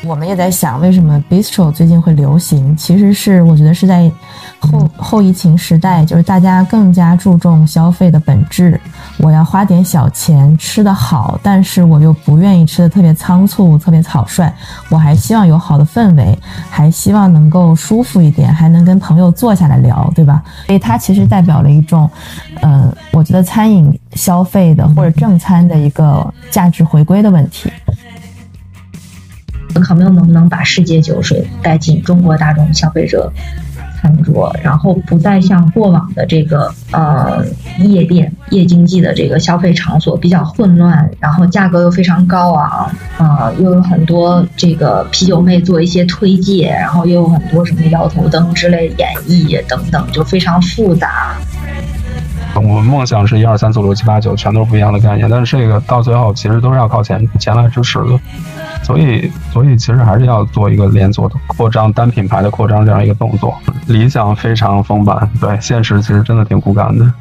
我们也在想，为什么 bistro 最近会流行？其实是我觉得是在后疫情时代，就是大家更加注重消费的本质。我要花点小钱吃得好，但是我又不愿意吃得特别仓促、特别草率。我还希望有好的氛围，还希望能够舒服一点，还能跟朋友坐下来聊，对吧？所以它其实代表了一种，我觉得餐饮消费的或者正餐的一个价值回归的问题。 Camil能不能把世界酒水带进中国大众消费者餐桌，然后不再像过往的这个夜店夜经济的这个消费场所比较混乱，然后价格又非常高昂，又有很多这个啤酒妹做一些推介，然后又有很多什么摇头灯之类的演绎等等，就非常复杂。 我们梦想是1、2、3、4、5、6、7、8、9全都是不一样的概念，但是这个到最后其实都是要靠钱来支持的，所以其实还是要做一个连锁的扩张，单品牌的扩张这样一个动作。理想非常丰满，对，现实其实真的挺骨感的。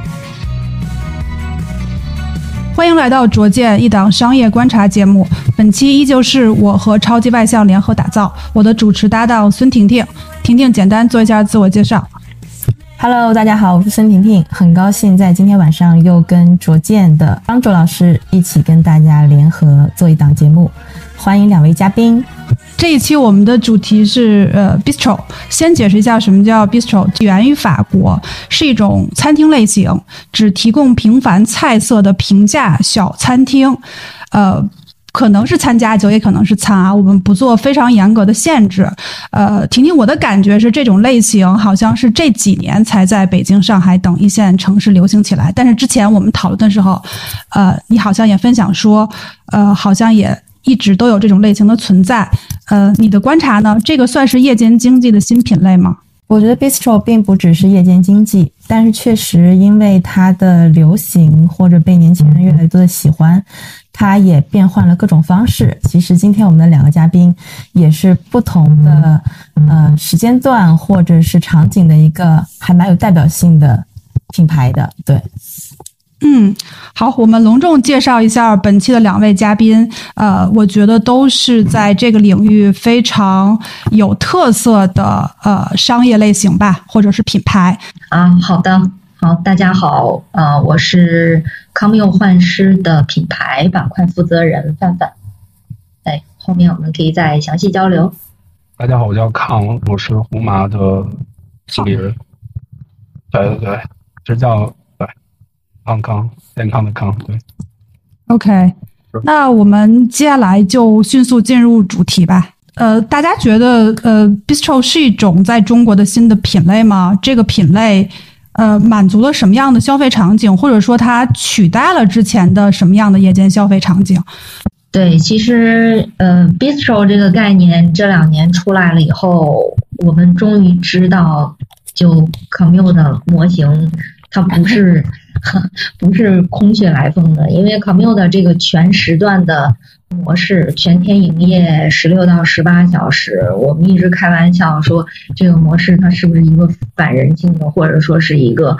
欢迎来到卓见，一档商业观察节目。本期依旧是我和超级外向联合打造，我的主持搭档孙婷婷。婷婷简单做一下自我介绍。 Hello， 大家好，我是孙婷婷，很高兴在今天晚上又跟卓见的张卓老师一起跟大家联合做一档节目，欢迎2位嘉宾。 这一期我们的主题是bistro。先解释一下什么叫 bistro， 源于法国，是一种餐厅类型，只提供平凡菜色的平价小餐厅。可能是餐加酒，也可能是餐啊，我们不做非常严格的限制。婷婷，我的感觉是这种类型好像是这几年才在北京、上海等一线城市流行起来，但是之前我们讨论的时候，你好像也分享说，好像也一直都有这种类型的存在。你的观察呢？这个算是夜间经济的新品类吗？ 我觉得 bistro 并不只是夜间经济，但是确实因为它的流行或者被年轻人越来越多的喜欢，它也变换了各种方式。其实今天我们的2个嘉宾也是不同的时间段或者是场景的一个还蛮有代表性的品牌的，对。 好，我们隆重介绍一下本期的2位嘉宾。我觉得都是在这个领域非常有特色的商业类型吧，或者是品牌。 好的，好，大家好，我是Camil幻师的品牌板块负责人范范。后面我们可以再详细交流。 大家好，我叫康，我是胡麻的经理人。对，这叫康，健康的康，对。 OK， 那我们接下来就迅速进入主题吧。大家觉得bistro 是一种在中国的新的品类吗？这个品类满足了什么样的消费场景，或者说它取代了之前的什么样的夜间消费场景？ 对，其实bistro 这个概念这2年出来了以后，我们终于知道，就 Camil 的模型它不是空穴来风的，因为 Camil 的这个全时段的模式，全天营业16到18小时，我们一直开玩笑说这个模式它是不是一个反人性的，或者说是一个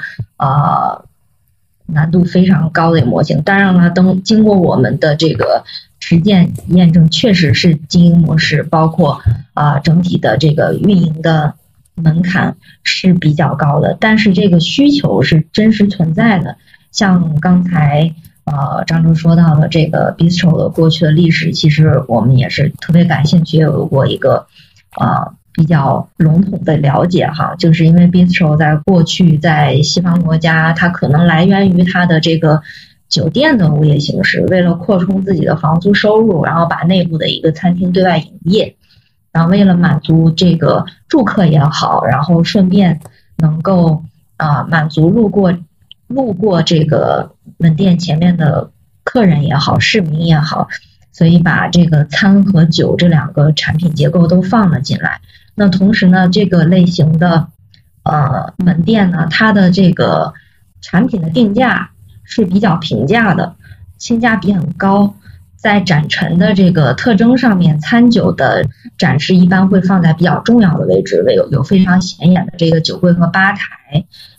难度非常高的模型。当然了，经过我们的这个实践验证，确实是经营模式，包括整体的这个运营的门槛是比较高的，但是这个需求是真实存在的。像刚才张周说到的这个 bistro 的过去的历史，其实我们也是特别感兴趣，有过一个比较笼统的了解哈。就是因为 bistro 在过去在西方国家，它可能来源于它的这个酒店的物业形式，为了扩充自己的房租收入，然后把内部的一个餐厅对外营业，然后为了满足这个住客也好，然后顺便能够满足路过这个门店前面的客人也好，市民也好，所以把这个餐和酒这2个产品结构都放了进来。那同时呢，这个类型的门店呢，它的这个产品的定价是比较平价的，性价比很高。在展陈的这个特征上面，餐酒的展示一般会放在比较重要的位置，有非常显眼的这个酒柜和吧台，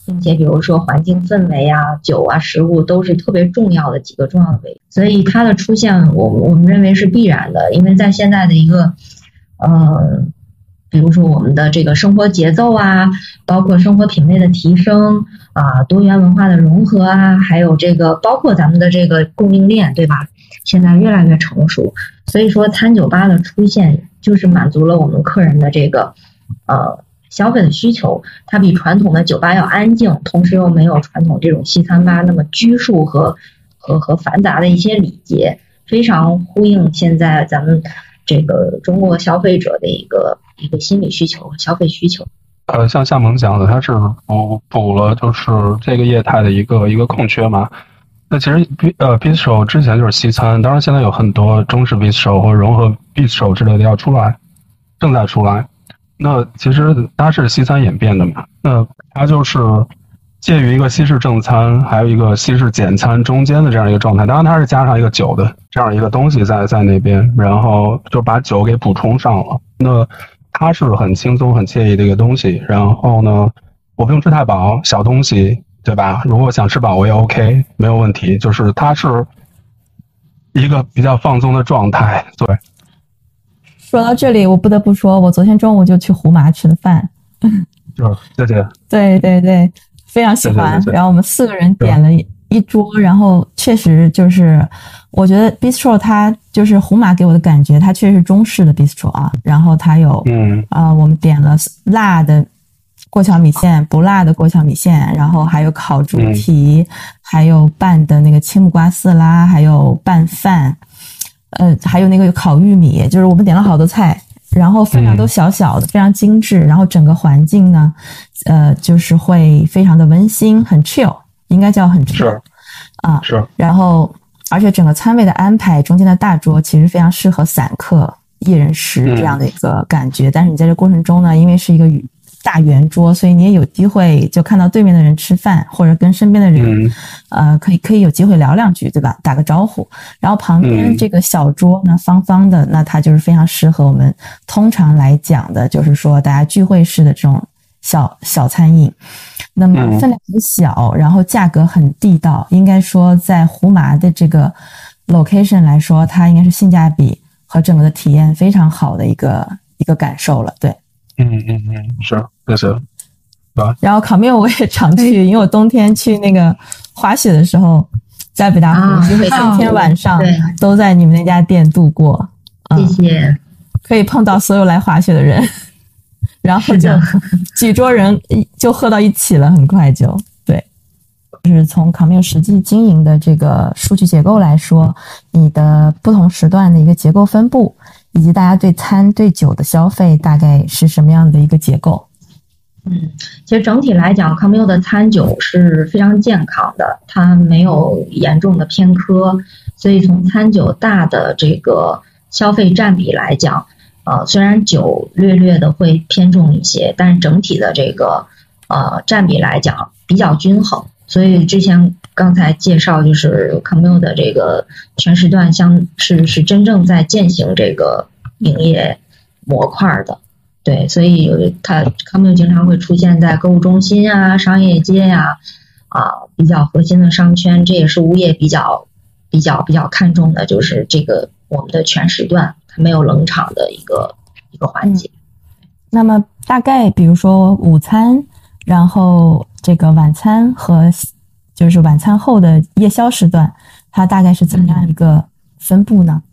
并且比如说环境氛围啊、酒啊、食物都是特别重要的几个重要的维度，所以它的出现我们认为是必然的，因为在现在的一个比如说我们的这个生活节奏啊，包括生活品味的提升啊，多元文化的融合啊，还有这个包括咱们的这个供应链，对吧？现在越来越成熟，所以说餐酒吧的出现就是满足了我们客人的这个消费的需求。它比传统的酒吧要安静，同时又没有传统这种西餐吧那么拘束和繁杂的一些礼节，非常呼应现在咱们这个中国消费者的一个心理需求、消费需求。 像夏萌讲的，它是补了就是这个业态的一个空缺嘛。那其实bistro 之前就是西餐，当然现在有很多中式 bistro 或融合 bistro 之类的要出来，正在出来。那其实它是西餐演变的嘛，那它就是介于一个西式正餐还有一个西式简餐中间的这样一个状态。当然它是加上一个酒的这样一个东西在那边，然后就把酒给补充上了。那它是很轻松很惬意的一个东西，然后呢我不用吃太饱，小东西对吧？如果想吃饱我也 OK， 没有问题，就是它是一个比较放松的状态。对， 说到这里我不得不说，我昨天中午就去胡麻吃的饭。 就是谢谢。 对对对，非常喜欢。 对。 然后我们4个人点了一桌，然后确实就是我觉得 bistro 它就是胡麻给我的感觉，它确实是中式的 bistro 啊。然后它有我们点了辣的过桥米线，不辣的过桥米线，然后还有烤猪蹄，还有拌的那个青木瓜丝拉，还有拌饭，还有那个烤玉米，就是我们点了好多菜，然后分量都小小的，非常精致，然后整个环境呢就是会非常的温馨，很 chill， 应该叫很 chill 啊， 是。 然后而且整个餐位的安排，中间的大桌其实非常适合散客一人食这样的一个感觉，但是你在这过程中呢，因为是一个大圆桌，所以你也有机会就看到对面的人吃饭，或者跟身边的人可以有机会聊两句，对吧？打个招呼。然后旁边这个小桌呢，方方的，那它就是非常适合我们通常来讲的，就是说大家聚会式的这种小餐饮。那么分量很小，然后价格很地道，应该说在胡麻的这个 location 来说，它应该是性价比和整个的体验非常好的一个感受了。对。 是，谢谢。 然后卡缪我也常去，因为我冬天去那个滑雪的时候，在北大湖，就是今天晚上都在你们那家店度过。 谢谢。 可以碰到所有来滑雪的人，然后就几桌人就喝到一起了，很快就对。就是从卡缪实际经营的这个数据结构来说，你的不同时段的一个结构分布，以及大家对餐对酒的消费大概是什么样的一个结构？ 其实整体来讲，康缪的餐酒是非常健康的，它没有严重的偏科，所以从餐酒大的这个消费占比来讲，虽然酒略略的会偏重一些，但是整体的这个占比来讲比较均衡。所以之前刚才介绍就是康缪的这个全时段是真正在践行这个营业模块的。对，所以康缪经常会出现在购物中心啊、商业街呀、比较核心的商圈，这也是物业比较看重的，就是这个我们的全时段它没有冷场的一个环节。 那么大概比如说午餐，然后这个晚餐和就是晚餐后的夜宵时段，它大概是怎么样一个分布呢？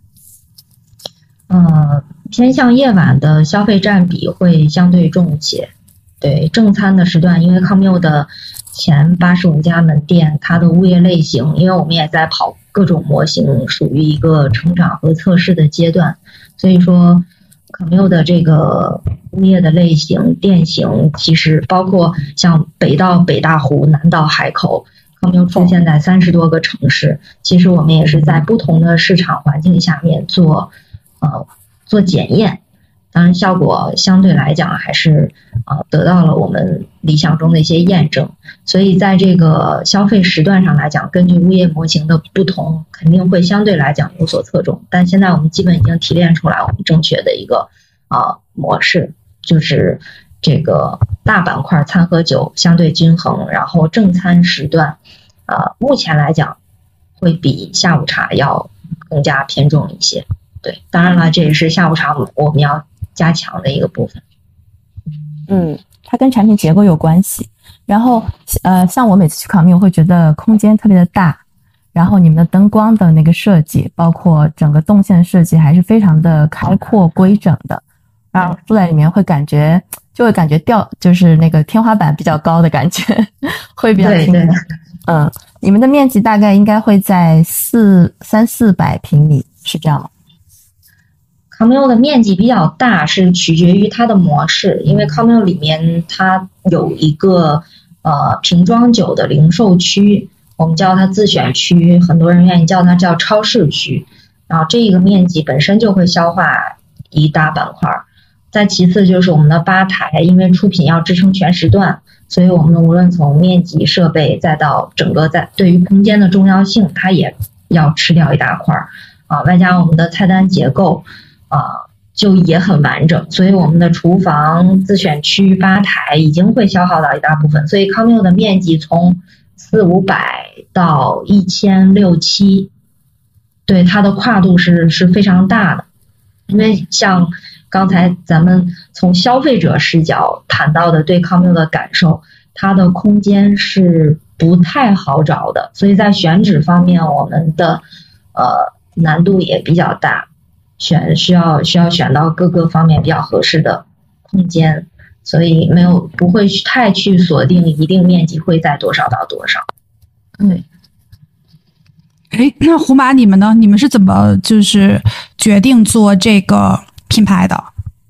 偏向夜晚的消费占比会相对重一些。对，正餐的时段，因为康缪的前85家门店，它的物业类型，因为我们也在跑各种模型，属于一个成长和测试的阶段，所以说康缪的这个物业的类型、店型，其实包括像北到北大湖，南到海口，康缪出现在30多个城市。其实我们也是在不同的市场环境下面做检验，当然效果相对来讲还是得到了我们理想中的一些验证。所以在这个消费时段上来讲，根据物业模型的不同，肯定会相对来讲有所侧重。但现在我们基本已经提炼出来我们正确的一个模式，就是这个大板块餐和酒相对均衡，然后正餐时段，目前来讲会比下午茶要更加偏重一些。对，当然了，这也是下午茶我们要加强的一个部分。 它跟产品结构有关系。然后像我每次去Camille会觉得空间特别的大，然后你们的灯光的那个设计，包括整个动线设计还是非常的开阔规整的，然后坐在里面会感觉就是那个天花板比较高的感觉，会比较对。 你们的面积大概应该会在300-400平米，是这样吗 ？Camille 的面积比较大，是取决于它的模式，因为 Camille 里面它有一个瓶装酒的零售区，我们叫它自选区，很多人愿意叫它叫超市区。然后这个面积本身就会消化一大板块。再其次就是我们的吧台，因为出品要支撑全时段，所以我们无论从面积、设备再到整个对于空间的重要性，它也要吃掉一大块外加我们的菜单结构就也很完整，所以我们的厨房、自选区、吧台已经会消耗到一大部分，所以 Camille 的面积从400-500到1600-1700，对，它的跨度是非常大的。因为像刚才咱们从消费者视角谈到的对 Camille 的感受，它的空间是不太好找的，所以在选址方面我们的难度也比较大，需要选到各个方面比较合适的空间，所以不会太去锁定一定面积会在多少到多少。 那胡马你们呢？你们是怎么就是决定做这个品牌的？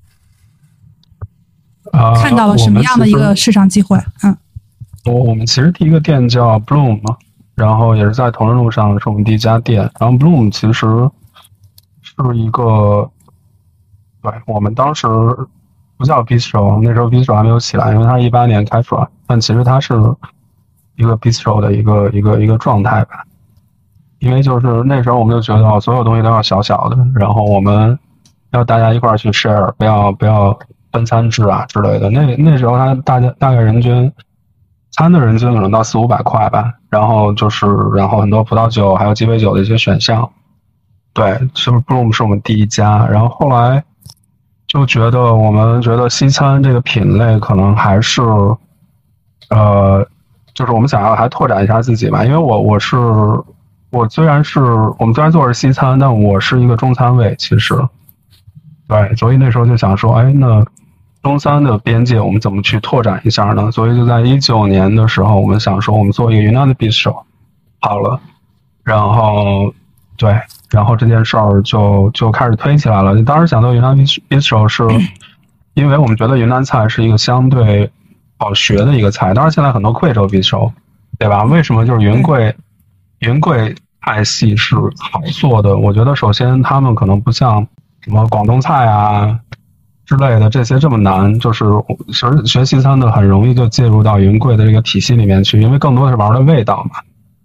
看到了什么样的一个市场机会？ 我们其实第一个店叫 Bloom， 然后也是在同仁路上，是我们第一家店。然后 Bloom 其实是一个，对，我们当时不叫 Bistro， 那时候 Bistro 还没有起来，因为它是18年开出来，但其实它是一个 Bistro 的一个状态吧。因为就是那时候我们就觉得所有东西都要小小的，然后我们要大家一块去 share， 不要分餐制啊之类的。那时候它大概人均餐的人均可能到400-500块吧，然后很多葡萄酒还有鸡尾酒的一些选项。对，就是 Bloom 是我们第一家，然后后来就我们觉得西餐这个品类可能还是就是我们想要还拓展一下自己吧，因为我们虽然做的是西餐，但我是一个中餐胃，其实，对，所以那时候就想说，那中餐的边界我们怎么去拓展一下呢？所以就在19年的时候，我们想说我们做一个云南的 bistro， 好了，然后这件事儿就开始推起来了。当时想到云南 bistro 是因为我们觉得云南菜是一个相对好学的一个菜，当然现在很多贵州 bistro， 对吧？为什么就是云贵菜系是好做的？我觉得首先他们可能不像什么广东菜啊之类的这些这么难，就是学西餐的很容易就介入到云贵的这个体系里面去，因为更多的是玩的味道嘛，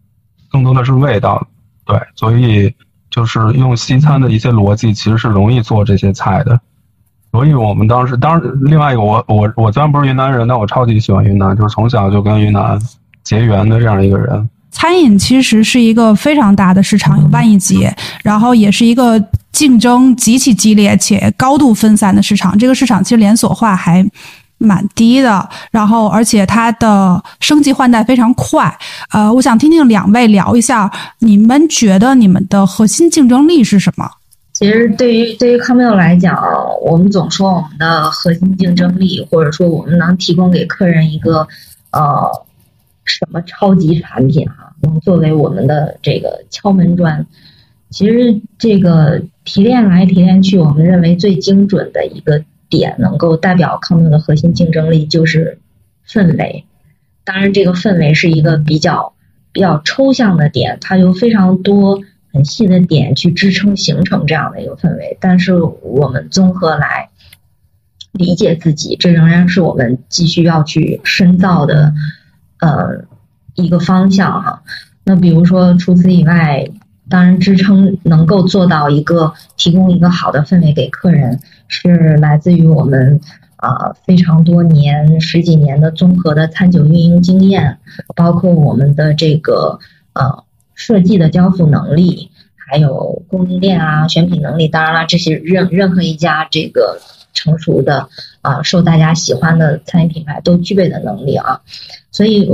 对，所以就是用西餐的一些逻辑其实是容易做这些菜的。所以我们当然另外一个我虽然不是云南人，但我超级喜欢云南，就是从小就跟云南结缘的这样一个人。 餐饮其实是一个非常大的市场，有万亿级，然后也是一个竞争极其激烈且高度分散的市场。这个市场其实连锁化还蛮低的，然后而且它的升级换代非常快。我想听听两位聊一下，你们觉得你们的核心竞争力是什么？ 其实对于 Camille 来讲，我们总说我们的核心竞争力，或者说我们能提供给客人一个什么超级产品能作为我们的这个敲门砖。其实这个提炼来提炼去，我们认为最精准的一个点能够代表Camille的核心竞争力就是氛围。当然这个氛围是一个比较抽象的点，它有非常多很细的点去支撑形成这样的一个氛围，但是我们综合来理解自己，这仍然是我们继续要去深造的一个方向那比如说除此以外，当然支撑能够做到提供一个好的氛围给客人，是来自于我们非常多年十几年的综合的餐酒运营经验，包括我们的这个设计的交付能力，还有供应链选品能力，当然了，这些任何一家这个成熟的受大家喜欢的餐饮品牌都具备的能力所以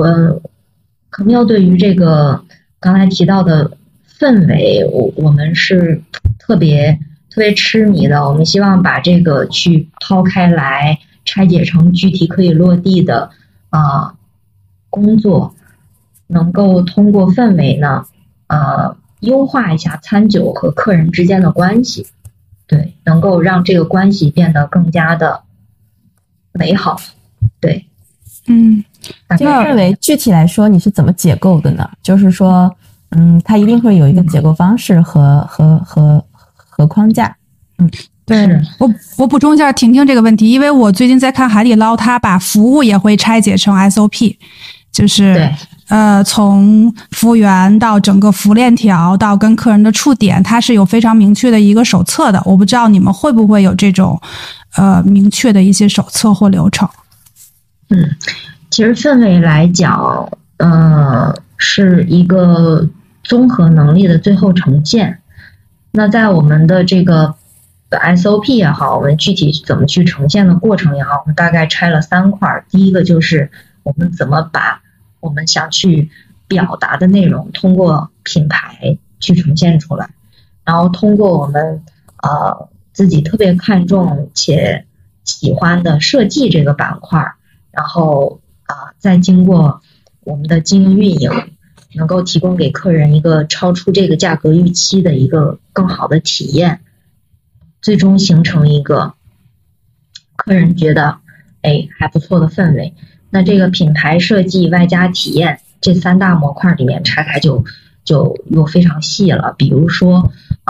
Camille对于这个刚才提到的氛围，我们是特别痴迷的。我们希望把这个去抛开来，拆解成具体可以落地的工作，能够通过氛围呢优化一下餐酒和客人之间的关系，对，能够让这个关系变得更加的美好。对， 这个氛围具体来说你是怎么解构的呢？就是说它一定会有一个解构方式和框架。 对，我补充一下婷婷这个问题，因为我最近在看海底捞，它把服务也会拆解成 SOP， 就是从服务员到整个服务链条到跟客人的触点，它是有非常明确的一个手册的。我不知道你们会不会有这种明确的一些手册或流程。 其实氛围来讲是一个综合能力的最后呈现。那在我们的这个 SOP 也好，我们具体怎么去呈现的过程也好，我们大概拆了3块。第一个就是我们怎么把我们想去表达的内容通过品牌去呈现出来，然后通过我们自己特别看重且喜欢的设计这个板块，然后再经过我们的经营运营，能够提供给客人一个超出这个价格预期的一个更好的体验，最终形成一个客人觉得还不错的氛围。那这个品牌设计外加体验这3大模块里面拆开就又非常细了。比如说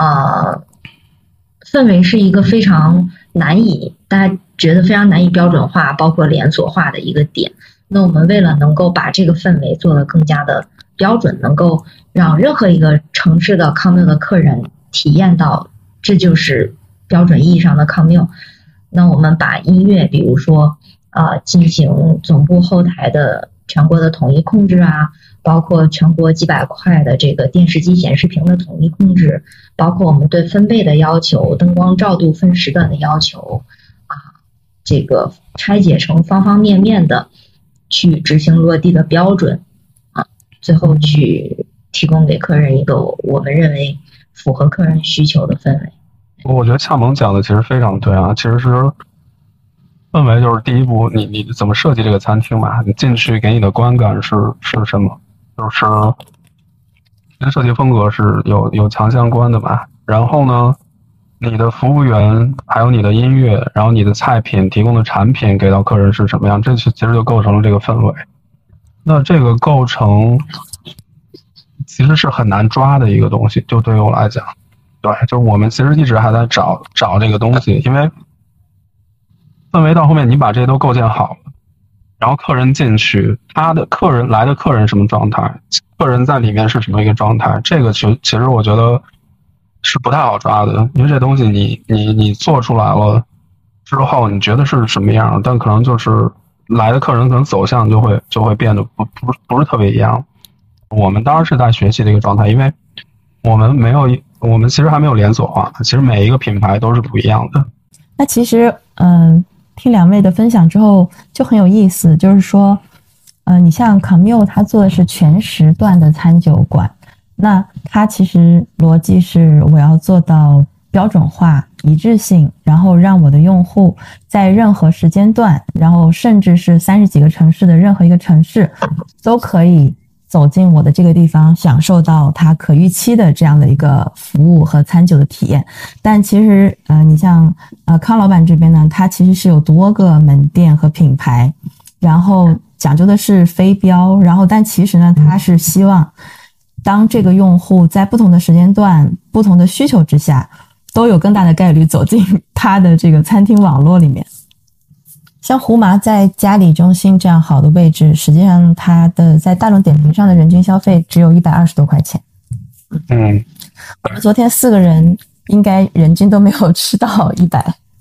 氛围是一个非常大家觉得非常难以标准化包括连锁化的一个点，那我们为了能够把这个氛围做得更加的标准，能够让任何一个城市的Camille的客人体验到这就是标准意义上的Camille，那我们把音乐比如说进行总部后台的全国的统一控制包括全国几百块的这个电视机显示屏的统一控制，包括我们对分贝的要求、灯光照度分时段的要求这个拆解成方方面面的去执行落地的标准最后去提供给客人一个我们认为符合客人需求的氛围。 我觉得恰萌讲的其实非常对其实是氛围就是第一步，你怎么设计这个餐厅嘛？你进去给你的观感是什么？就是跟设计风格是有强相关的嘛。然后呢，你的服务员还有你的音乐，然后你的菜品提供的产品给到客人是什么样，这其实就构成了这个氛围。那这个构成其实是很难抓的一个东西，就对于我来讲，对，就是我们其实一直还在找这个东西，因为氛围到后面你把这些都构建好了，然后客人进去，他的客人什么状态，客人在里面是什么一个状态，这个其实我觉得是不太好抓的，因为这东西你做出来了之后你觉得是什么样，但可能就是来的客人可能走向就会变得不是特别一样。我们当然是在学习的一个状态，因为我们其实还没有连锁化，其实每一个品牌都是不一样的。 那其实听两位的分享之后就很有意思，就是说你像Camille它做的是全时段的餐酒馆，那它其实逻辑是我要做到标准化一致性，然后让我的用户在任何时间段，然后甚至是30几个城市的任何一个城市都可以走进我的这个地方，享受到它可预期的这样的一个服务和餐酒的体验。但其实你像康老板这边呢，它其实是有多个门店和品牌，然后讲究的是非标，然后但其实呢它是希望当这个用户在不同的时间段不同的需求之下都有更大的概率走进它的这个餐厅网络里面。像胡麻在嘉里中心这样好的位置，实际上它的在大众点评上的人均消费只有120多块钱。 我们昨天4个人应该人均都没有吃到100。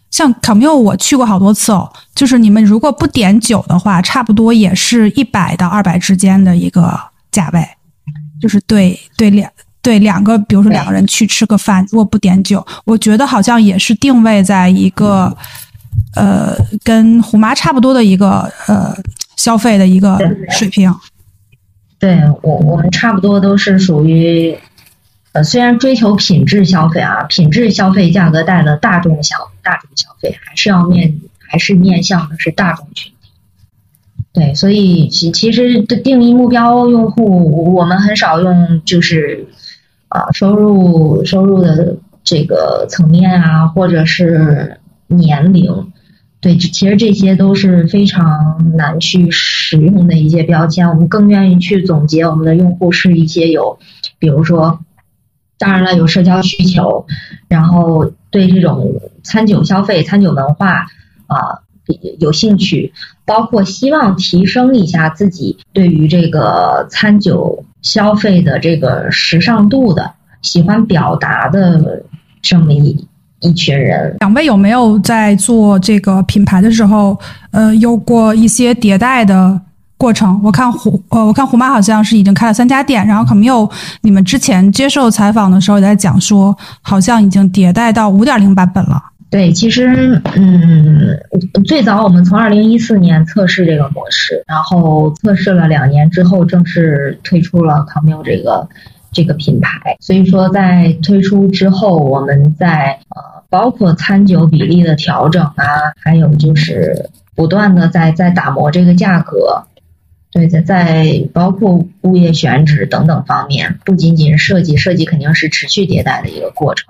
像Camille我去过好多次哦，就是你们如果不点酒的话，差不多也是100到200之间的一个价位，就是对两个，比如说2个人去吃个饭，如果不点酒，我觉得好像也是定位在一个跟胡麻差不多的一个消费的一个水平。 对，我们差不多都是属于虽然追求品质消费啊，品质消费价格带的大众消费，还是面向的是大众群体。对，所以其实定义目标用户，我们很少用就是收入的这个层面啊，或者是年龄。对，其实这些都是非常难去使用的一些标签，我们更愿意去总结我们的用户是一些比如说，当然了，有社交需求，然后对这种餐酒消费、餐酒文化有兴趣，包括希望提升一下自己对于这个餐酒消费的这个时尚度的、喜欢表达的这么一群人。 两位有没有在做这个品牌的时候，有过一些迭代的过程？我看胡妈好像是已经开了3家店，然后Camille你们之前接受采访的时候也在讲说，好像已经迭代到5.0版本了。 对，其实最早我们从2014年测试这个模式，然后测试了2年之后，正式推出了Camille这个品牌。所以说在推出之后，我们在包括餐酒比例的调整啊，还有就是不断的在打磨这个价格。对，在包括物业选址等等方面，不仅仅是设计肯定是持续迭代的一个过程。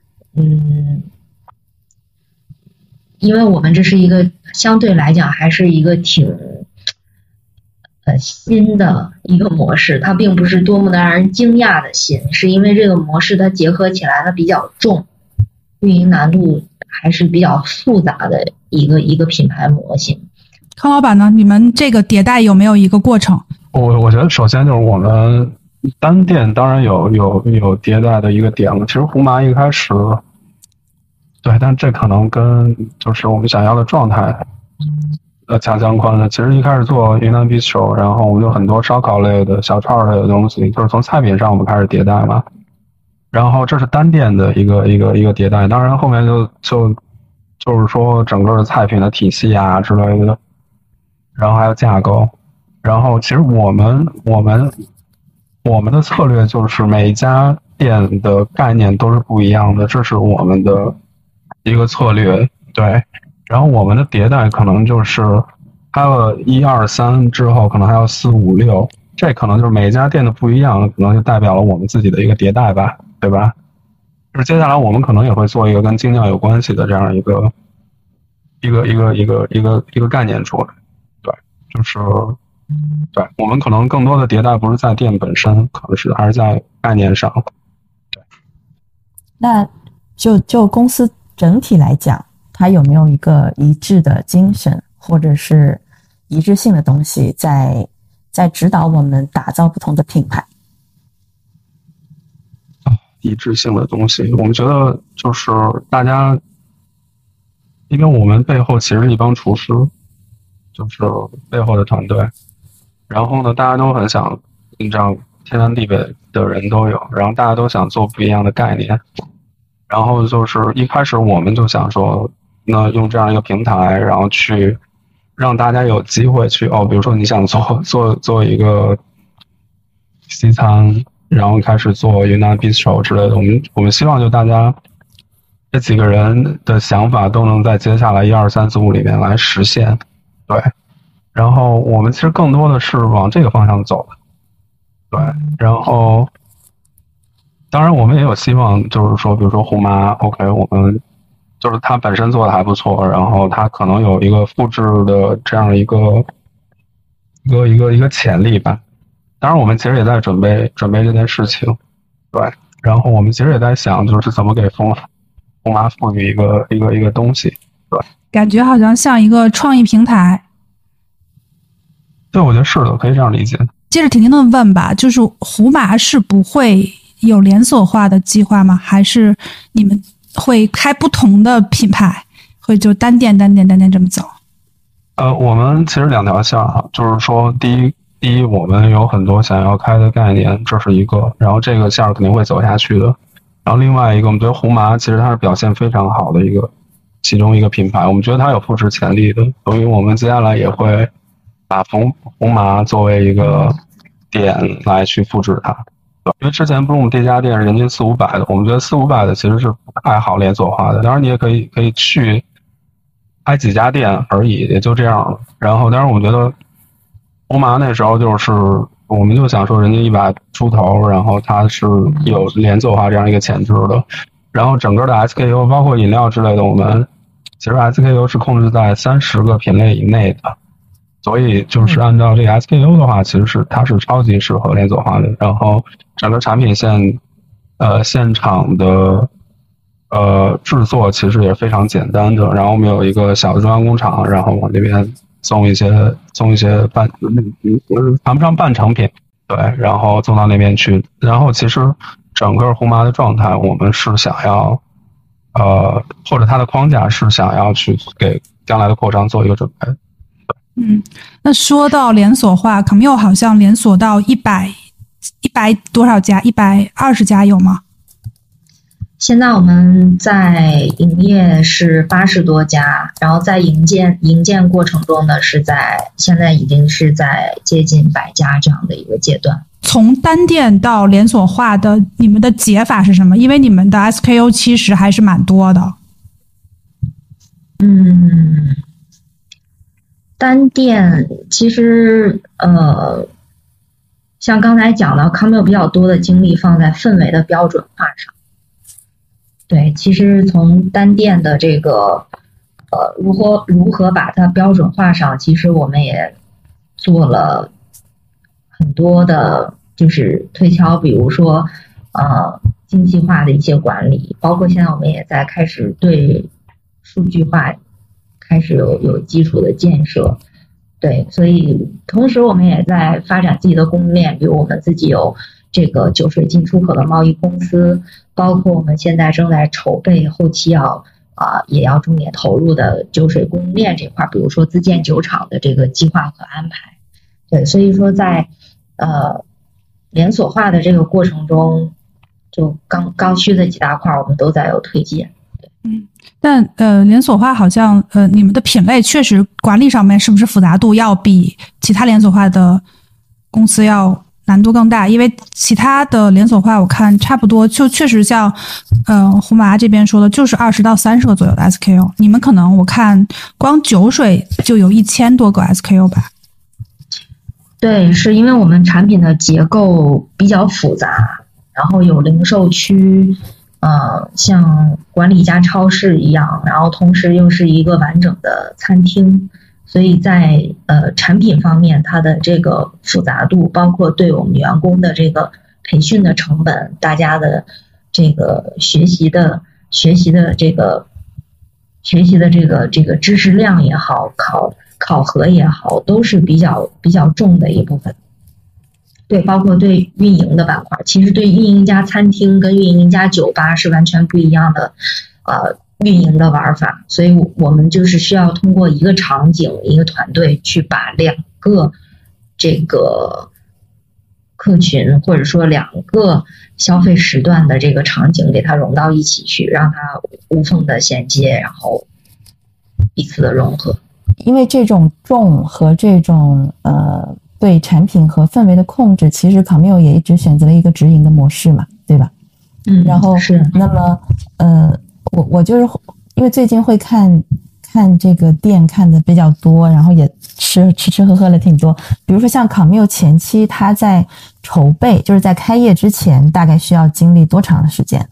因为我们这是一个相对来讲还是一个挺新的一个模式，它并不是多么的让人惊讶的新，是因为这个模式它结合起来它比较重，运营难度还是比较复杂的一个品牌模型。 康老板呢？你们这个迭代有没有一个过程？ 我觉得首先就是我们单店当然有迭代的一个点了。其实胡麻一开始，对，但这可能跟就是我们想要的状态相关的。其实一开始做云南 Bistro， 然后我们有很多烧烤类的、小串类的东西，就是从菜品上我们开始迭代嘛。然后这是单店的一个迭代，当然后面就是说整个菜品的体系啊之类的。然后还有架构，然后其实我们的策略就是每一家店的概念都是不一样的，这是我们的一个策略。对，然后我们的迭代可能就是开了1、2、3之后，可能还有4、5、6，这可能就是每一家店的不一样，可能就代表了我们自己的一个迭代吧，对吧？就是接下来我们可能也会做一个跟精酿有关系的这样一个概念出来。就是对，我们可能更多的迭代不是在店本身，可能是还是在概念上。对， 那就公司整体来讲，它有没有一个一致的精神或者是一致性的东西在指导我们打造不同的品牌？ 一致性的东西，我们觉得就是大家，因为我们背后其实是一帮厨师。就是背后的团队，然后呢，大家都很想，你知道，天南地北的人都有，然后大家都想做不一样的概念，然后就是一开始我们就想说，那用这样一个平台，然后去让大家有机会去比如说你想做一个西餐，然后开始做云南 Bistro 之类的，我们希望就大家这几个人的想法都能在接下来1、2、3、4、5里面来实现。对，然后我们其实更多的是往这个方向走的。对，然后当然我们也有希望，就是说比如说胡麻 OK， 我们就是它本身做的还不错，然后它可能有一个复制的这样一个潜力吧。当然我们其实也在准备这件事情。对，然后我们其实也在想就是怎么给胡麻赋予一个东西。对， 感觉好像像一个创意平台。 对，我觉得是的，可以这样理解。 接着婷婷的问吧，就是胡麻是不会有连锁化的计划吗？还是你们会开不同的品牌， 会就单店这么走？ 我们其实2条线啊，就是说第一我们有很多想要开的概念，这是一个，然后这个线肯定会走下去的。然后另外一个，我们觉得红麻其实它是表现非常好的其中一个品牌，我们觉得它有复制潜力的，所以我们接下来也会把红麻作为一个点来去复制它。因为之前 Bloom 这家店是人均400-500的，我们觉得400-500的其实是不太好连锁化的。当然你也可以去开几家店而已，也就这样了。然后当然我觉得红麻那时候就是我们就想说人家100出头，然后它是有连锁化这样一个潜质的。然后整个的 SKU 包括饮料之类的，我们其实 SKU 是控制在30个品类以内的，所以就是按照这个 SKU 的话，其实它是超级适合连锁化的。然后整个产品线现场的制作其实也是非常简单的。然后我们有一个小的中央工厂，然后往这边送一些谈不上半成品，对，然后送到那边去。然后其实整个红麻的状态，我们是想要或者它的框架是想要去给将来的扩张做一个准备。 那说到连锁化 ，Camille 好像连锁到100多少家？120家有吗？ 现在我们在营业是80多家，然后在营建过程中呢，现在已经是在接近100家这样的一个阶段。 从单店到连锁化的，你们的解法是什么？因为你们的 SKU 其实还是蛮多的。 单店其实像刚才讲到，Camille比较多的精力放在氛围的标准化上。对，其实从单店的这个如何把它标准化上，其实我们也做了很多的就是推敲，比如说精细化的一些管理，包括现在我们也在开始对数据化开始有基础的建设。对，所以同时我们也在发展自己的供应链，比如我们自己有这个酒水进出口的贸易公司，包括我们现在正在筹备后期也要重点投入的酒水供应链这块，比如说自建酒厂的这个计划和安排。对，所以说在连锁化的这个过程中，就刚需的几大块我们都在有推进。 但连锁化好像你们的品类确实管理上面是不是复杂度要比其他连锁化的公司要难度更大？因为其他的连锁化我看差不多，就确实像红麻这边说的，就是20到30个左右的 SKU， 你们可能我看光酒水就有1000多个 SKU 吧？ 对，是因为我们产品的结构比较复杂，然后有零售区，像管理一家超市一样，然后同时又是一个完整的餐厅，所以在产品方面，它的这个复杂度，包括对我们员工的这个培训的成本，大家的这个学习的这个知识量也好，考核也好，都是比较重的一部分。对，包括对运营的板块，其实对运营一家餐厅跟运营一家酒吧是完全不一样的运营的玩法，所以我们就是需要通过一个场景一个团队去把2个这个客群或者说2个消费时段的这个场景给它融到一起去，让它无缝的衔接，然后彼此的融合。 因为这种重和这种对产品和氛围的控制，其实 Camille 也一直选择了一个直营的模式嘛，对吧？然后是。 那么我就是因为最近会看这个店看的比较多，然后也吃喝了挺多。比如说像 Camille 前期它在筹备，就是在开业之前，大概需要经历多长的时间？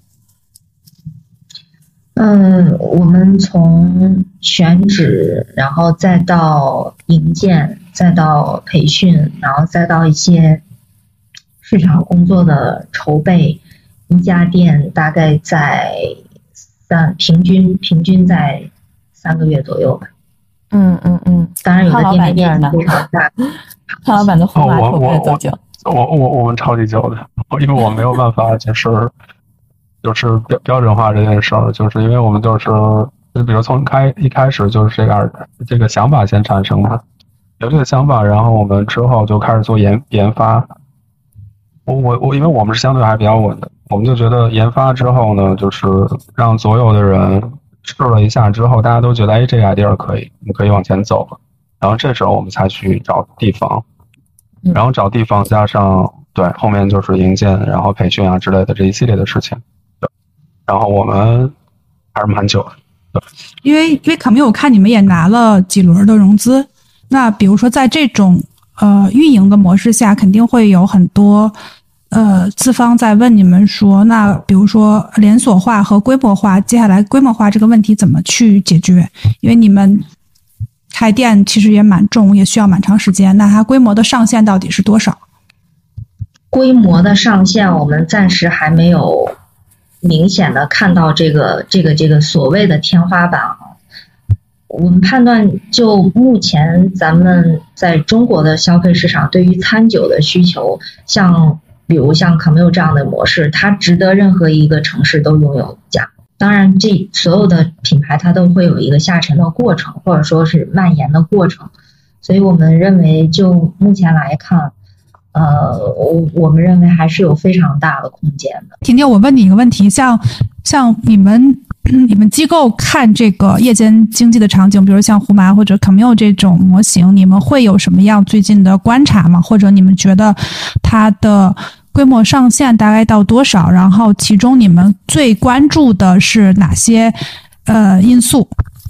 我们从选址，然后再到营建，再到培训，然后再到一些市场工作的筹备，一家店大概在平均在3个月左右吧。当然有的店面面积非常大。 康老板的红麻筹备多久？ 我们超级久的，因为我没有办法就是标准化这件事儿，就是因为我们就是就比如从一开始就是这个想法先产生嘛，有这个想法，然后我们之后就开始做研发。因为我们是相对还比较稳的，我们就觉得研发之后呢，就是让所有的人试了一下之后，大家都觉得这个 idea 可以，我们可以往前走了。然后这时候我们才去找地方，然后找地方加上对后面就是营建，然后培训啊之类的这一系列的事情。对，然后我们还是蛮久的。对，因为 Camille我看你们也拿了几轮的融资，那比如说在这种运营的模式下，肯定会有很多资方在问你们说，那比如说连锁化和规模化，接下来规模化这个问题怎么去解决？因为你们开店其实也蛮重，也需要蛮长时间，那它规模的上限到底是多少？ 规模的上限我们暂时还没有明显的看到这个所谓的天花板啊。我们判断，就目前咱们在中国的消费市场，对于餐酒的需求，比如像 Camille 这样的模式，它值得任何一个城市都拥有一家。当然，这所有的品牌它都会有一个下沉的过程，或者说是蔓延的过程。所以我们认为，就目前来看，我们认为还是有非常大的空间的。 婷婷，我问你一个问题，像你们机构看这个夜间经济的场景，比如像胡麻或者 Camille 这种模型，你们会有什么样最近的观察吗？或者你们觉得它的规模上限大概到多少？然后其中你们最关注的是哪些因素？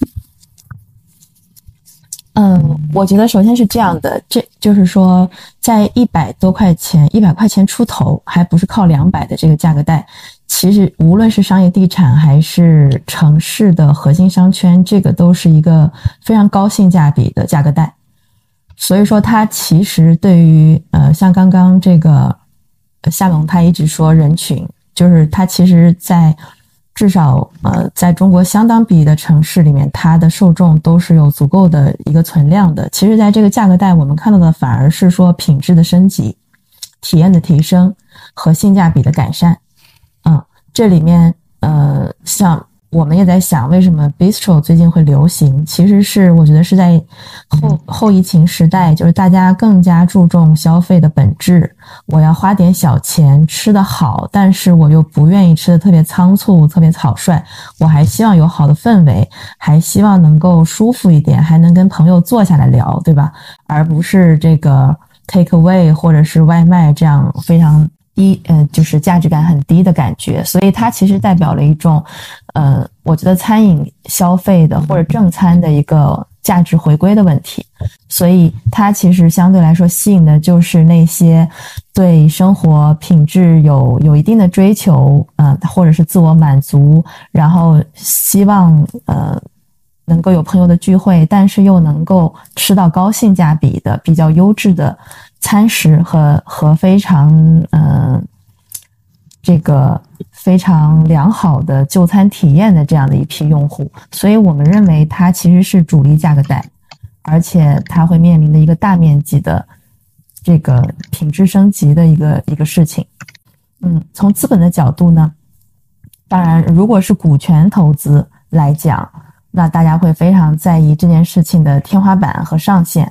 我觉得首先是这样的，这就是说在100多块钱100块钱出头，还不是靠200的这个价格带，其实无论是商业地产还是城市的核心商圈，这个都是一个非常高性价比的价格带。所以说它其实对于像刚刚这个夏萌他一直说人群，就是它其实在至少在中国相当比例的城市里面，它的受众都是有足够的一个存量的。其实在这个价格带我们看到的反而是说品质的升级、体验的提升和性价比的改善。这里面像我们也在想为什么 Bistro 最近会流行，其实是我觉得是在后疫情时代，就是大家更加注重消费的本质，我要花点小钱吃得好，但是我又不愿意吃得特别仓促特别草率，我还希望有好的氛围，还希望能够舒服一点，还能跟朋友坐下来聊，对吧？而不是这个 take away 或者是外卖这样非常低就是价值感很低的感觉。所以它其实代表了一种我觉得餐饮消费的或者正餐的一个价值回归的问题。所以它其实相对来说吸引的就是那些对生活品质有一定的追求或者是自我满足，然后希望能够有朋友的聚会，但是又能够吃到高性价比的比较优质的餐食和非常这个非常良好的就餐体验的这样的一批用户。所以我们认为它其实是主力价格带，而且它会面临的一个大面积的这个品质升级的一个事情。从资本的角度呢，当然如果是股权投资来讲，那大家会非常在意这件事情的天花板和上限。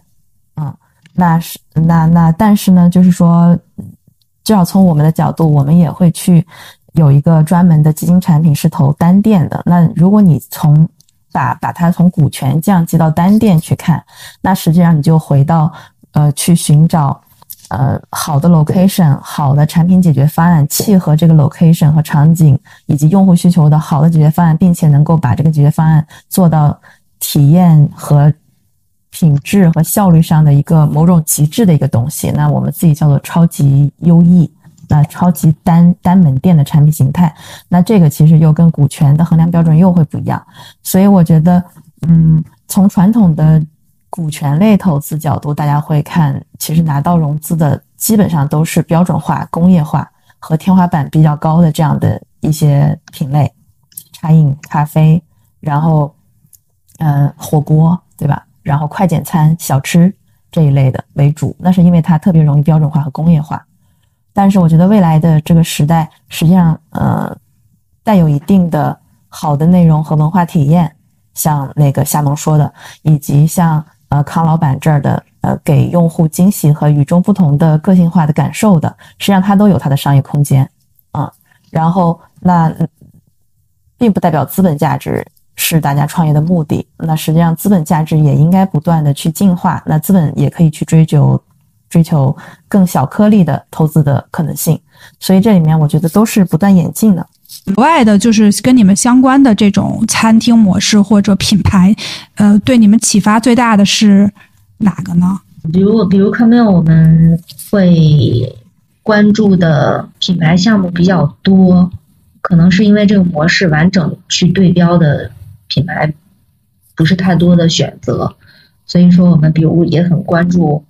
但是呢，就是说至少从我们的角度，我们也会去有一个专门的基金产品是投单店的。那如果你把它从股权降级到单店去看，那实际上你就回到去寻找好的 location 好的产品解决方案，契合这个 location 和场景以及用户需求的好的解决方案，并且能够把这个解决方案做到体验和品质和效率上的一个某种极致的一个东西。那我们自己叫做超级优异，那超级单门店的产品形态，那这个其实又跟股权的衡量标准又会不一样。所以我觉得从传统的股权类投资角度，大家会看其实拿到融资的基本上都是标准化工业化和天花板比较高的这样的一些品类，茶饮咖啡，然后火锅，对吧？然后快简餐小吃这一类的为主，那是因为它特别容易标准化和工业化。但是我觉得未来的这个时代实际上带有一定的好的内容和文化体验， 像那个夏农说的，以及像康老板这儿的给用户惊喜和与众不同的个性化的感受的，实际上它都有它的商业空间然后那并不代表资本价值是大家创业的目的，那实际上资本价值也应该不断的去进化，那资本也可以去追求更小颗粒的投资的可能性，所以这里面我觉得都是不断演进的。 额外的就是跟你们相关的这种餐厅模式或者品牌，对你们启发最大的是哪个呢？ 比如康妙，我们会关注的品牌项目比较多，可能是因为这个模式完整去对标的品牌不是太多的选择，所以说我们比如也很关注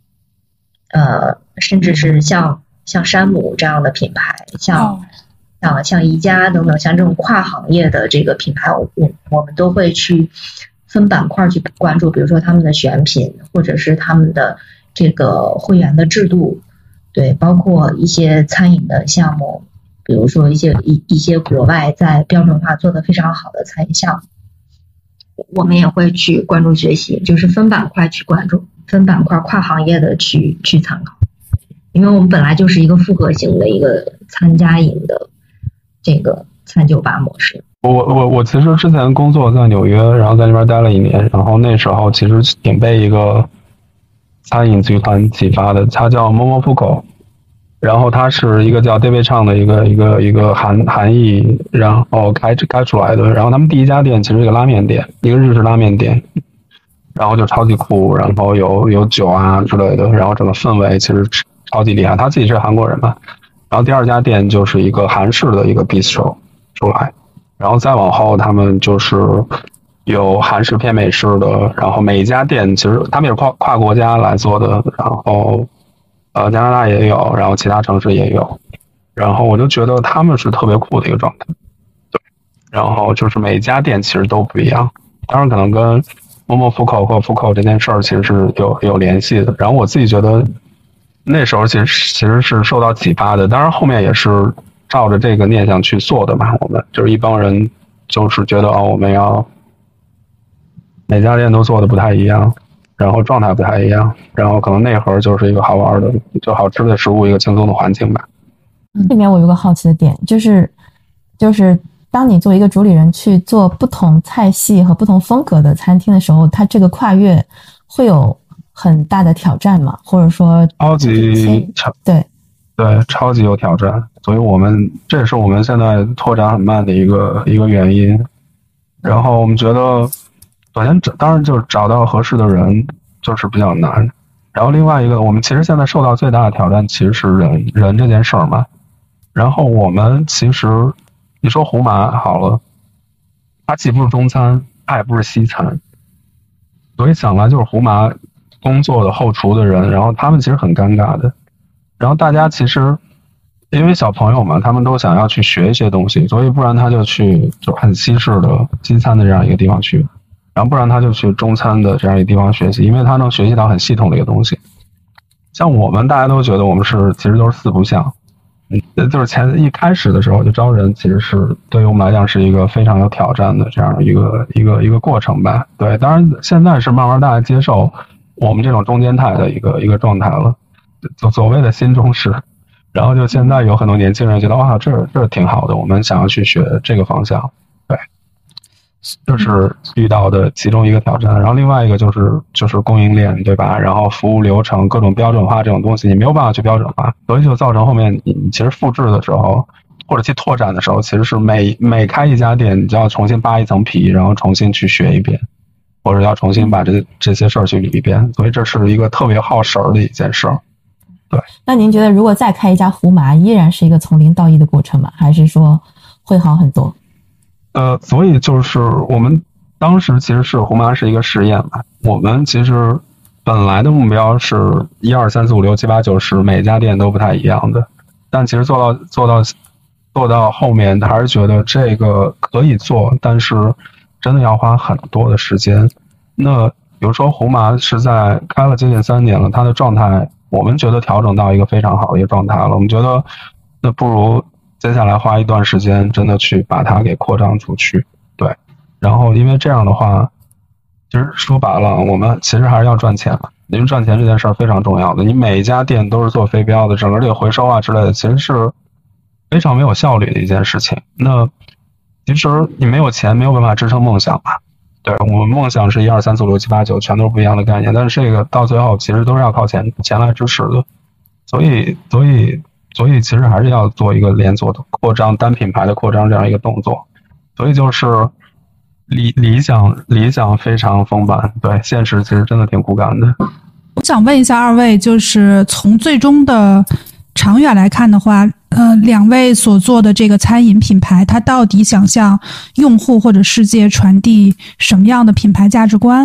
甚至是像山姆这样的品牌，像宜家等等，像这种跨行业的这个品牌，我们都会去分板块去关注，比如说他们的选品，或者是他们的这个会员的制度，对，包括一些餐饮的项目，比如说一些国外在标准化做得非常好的餐饮项目，我们也会去关注学习，就是分板块去关注，分板块跨行业的去参考，因为我们本来就是一个复合型的一个餐加饮的这个餐酒吧模式。 我其实之前工作在纽约，然后在那边待了1年，然后那时候其实挺被一个餐饮集团启发的，它叫 Momofuku， 然后它是一个叫 David Chang 的一个韩裔，然后开出来的，然后他们第一家店其实是一个拉面店，一个日式拉面店，然后就超级酷，然后有酒啊之类的，然后整个氛围其实超级厉害，他自己是韩国人嘛。然后第二家店就是一个韩式的一个 bistro 出来，然后再往后他们就是有韩式偏美式的，然后每一家店其实他们也是跨国家来做的，然后加拿大也有，然后其他城市也有，然后我就觉得他们是特别酷的一个状态，对，然后就是每一家店其实都不一样，当然可能跟Momofuku和 Fuku 这件事儿其实是有联系的，然后我自己觉得那时候其实是受到启发的，当然后面也是照着这个念想去做的嘛。我们就是一帮人，就是觉得我们要每家店都做的不太一样，然后状态不太一样，然后可能内核就是一个好玩的、就好吃的食物，一个轻松的环境吧。 这里面我有个好奇的点，就是当你作为一个主理人去做不同菜系和不同风格的餐厅的时候，它这个跨越会有很大的挑战嘛，或者说超级超级有挑战，所以这也是我们现在拓展很慢的一个原因。然后我们觉得，首先当然就是找到合适的人就是比较难。然后另外一个，我们其实现在受到最大的挑战其实是人这件事儿嘛。然后我们其实你说胡麻好了，它既不是中餐，它也不是西餐，所以想来就是胡麻工作的后厨的人，然后他们其实很尴尬的，然后大家其实因为小朋友嘛，他们都想要去学一些东西，所以不然他就很西式的西餐的这样一个地方去，然后不然他就去中餐的这样一个地方学习，因为他能学习到很系统的一个东西。像我们大家都觉得我们其实都是四不像，就是一开始的时候就招人，其实是对于我们来讲是一个非常有挑战的这样一个过程吧。对，当然现在是慢慢大家接受我们这种中间态的一个状态了，所谓的新中式。然后就现在有很多年轻人觉得哇，这挺好的，我们想要去学这个方向。对，就是遇到的其中一个挑战。然后另外一个就是供应链，对吧？然后服务流程各种标准化这种东西，你没有办法去标准化，所以就造成后面你其实复制的时候，或者去拓展的时候，其实是每开一家店，你就要重新扒一层皮，然后重新去学一遍，或者要重新把这些事儿去捋一遍。所以这是一个特别耗神的一件事儿。对， 那您觉得如果再开一家胡麻，依然是一个从零到一的过程吗？还是说会好很多？ 所以就是我们当时其实是胡麻是一个实验嘛，我们其实本来的目标是1、2、3、4、5、6、7、8、9、10，每家店都不太一样的，但其实做到后面，还是觉得这个可以做，但是真的要花很多的时间。那比如说胡麻是在开了接近3年了，它的状态我们觉得调整到一个非常好的一个状态了，我们觉得那不如接下来花一段时间真的去把它给扩张出去。对， 然后因为这样的话，其实说白了，我们其实还是要赚钱嘛。因为赚钱这件事儿非常重要的，你每一家店都是做非标的，整个这个回收啊之类的，其实是非常没有效率的一件事情。那其实你没有钱，没有办法支撑梦想嘛。对，我们梦想是1、2、3、4、5、6、7、8、9，全都是不一样的概念，但是这个到最后其实都是要靠钱来支持的。所以其实还是要做一个连锁的扩张，单品牌的扩张这样一个动作。所以就是理想非常丰满，对，现实其实真的挺骨感的。 我想问一下二位，就是从最终的长远来看的话，两位所做的这个餐饮品牌，它到底想向用户或者世界传递什么样的品牌价值观？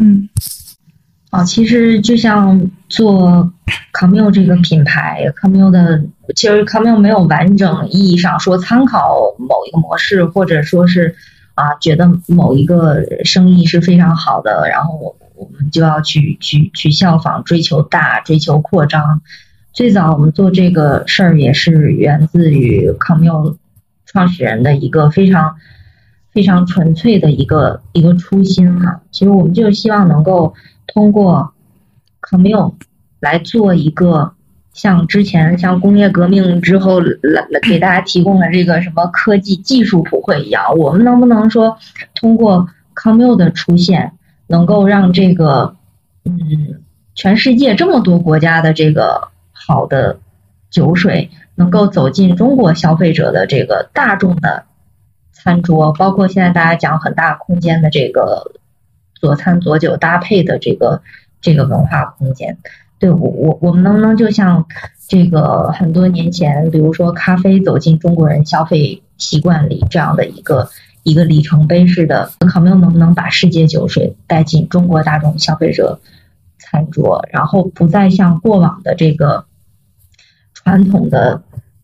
其实就像做 Cameo 这个品牌 ，Cameo 的其实 Cameo 没有完整意义上说参考某一个模式，或者说是觉得某一个生意是非常好的，然后我们就要去效仿，追求大，追求扩张。最早我们做这个事儿也是源自于 Cameo 创始人的一个非常非常纯粹的一个初心哈。其实我们就希望能够通过 Cameo 来做一个像之前像工业革命之后给大家提供的这个什么科技技术普惠一样，我们能不能说通过 Cameo 的出现，能够让这个全世界这么多国家的这个好的酒水能够走进中国消费者的这个大众的餐桌，包括现在大家讲很大空间的这个佐餐佐酒搭配的这个文化空间。对，我们能不能就像这个很多年前，比如说咖啡走进中国人消费习惯里这样的一个里程碑式的 Cameo， 能不能把世界酒水带进中国大众消费者餐桌，然后不再像过往的这个传统的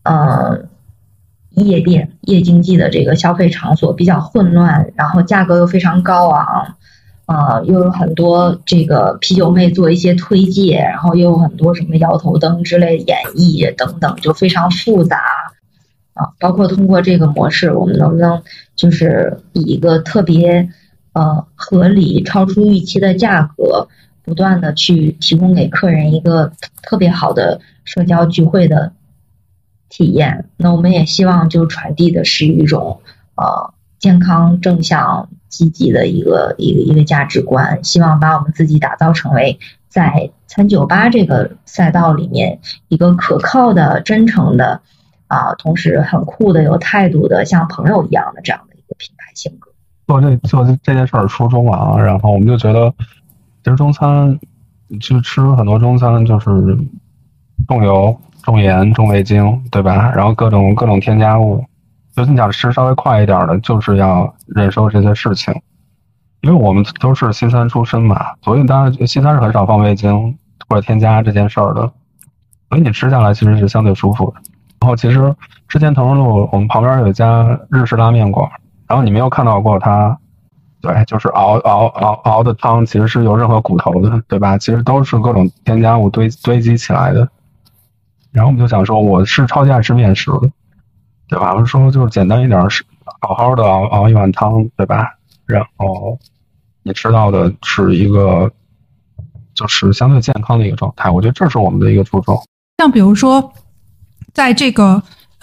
夜店夜经济的这个消费场所比较混乱，然后价格又非常高昂，又有很多这个啤酒妹做一些推介，然后又有很多什么摇头灯之类的演绎等等，就非常复杂包括通过这个模式，我们能不能就是以一个特别合理超出预期的价格，不断的去提供给客人一个特别好的社交聚会的体验。那我们也希望就传递的是一种健康正向积极的一个价值观，希望把我们自己打造成为在餐酒吧这个赛道里面一个可靠的真诚的同时很酷的有态度的像朋友一样的这样的一个品牌性格。 做这件事儿初衷然后我们就觉得其实中餐去吃很多中餐就是重油重盐重味精，对吧？然后各种添加物，就是你想吃稍微快一点的，就是要忍受这些事情。因为我们都是西餐出身嘛，所以当然西餐是很少放味精或者添加这件事儿的，所以你吃下来其实是相对舒服的。然后其实之前同仁路我们旁边有一家日式拉面馆，然后你没有看到过它，对，就是熬的汤其实是有任何骨头的，对吧？其实都是各种添加物堆积起来的。然后我们就想说，我是超级爱吃面食的，对吧？我们说就是简单一点，好好的熬一碗汤，对吧？然后你吃到的是一个就是相对健康的一个状态，我觉得这是我们的一个初衷。 像比如说在这个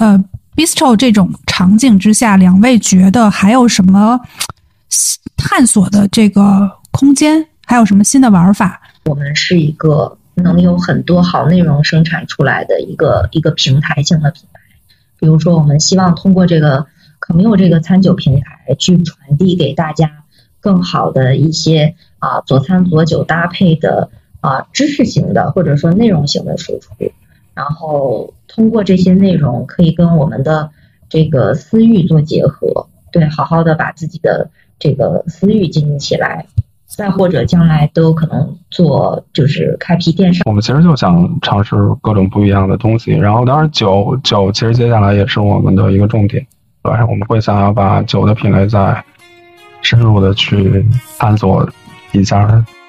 bistro 这种场景之下，两位觉得还有什么探索的这个空间，还有什么新的玩法？ 我们是一个能有很多好内容生产出来的一个平台性的品牌。比如说我们希望通过这个 Cameo 这个餐酒平台去传递给大家更好的一些佐餐佐酒搭配的知识型的或者说内容型的输出，然后通过这些内容可以跟我们的这个私域做结合，对，好好的把自己的这个私域经营起来，再或者将来都有可能做就是开辟电商。 我们其实就想尝试各种不一样的东西，然后当然酒其实接下来也是我们的一个重点，对，我们会想要把酒的品类再深入的去探索一下。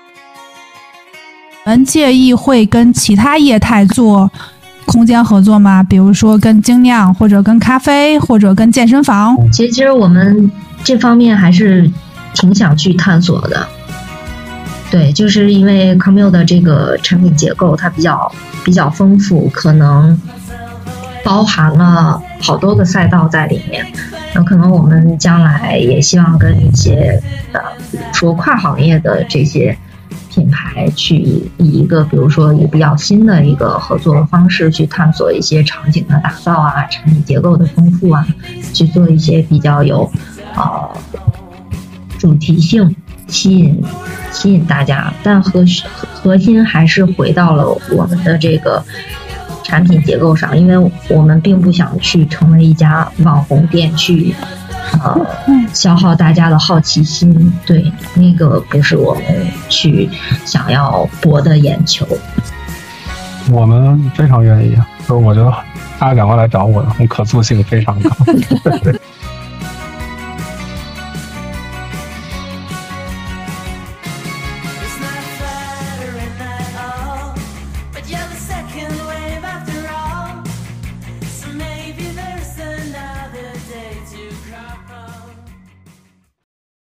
我们介意会跟其他业态做空间合作吗？比如说跟精酿，或者跟咖啡，或者跟健身房？ 其实我们这方面还是挺想去探索的。对，就是因为 Camille 的这个产品结构它比较丰富，可能包含了好多个赛道在里面。那可能我们将来也希望跟一些比如说跨行业的这些品牌去以一个比如说也比较新的一个合作方式去探索一些场景的打造啊，产品结构的丰富啊，去做一些比较有主题性吸引大家，但核心还是回到了我们的这个产品结构上，因为我们并不想去成为一家网红店去消耗大家的好奇心，对，那个不是我们去想要博的眼球。 我们非常愿意，就是我觉得大家赶快来找我，可塑性非常高。 Maybe there's another day to cry from.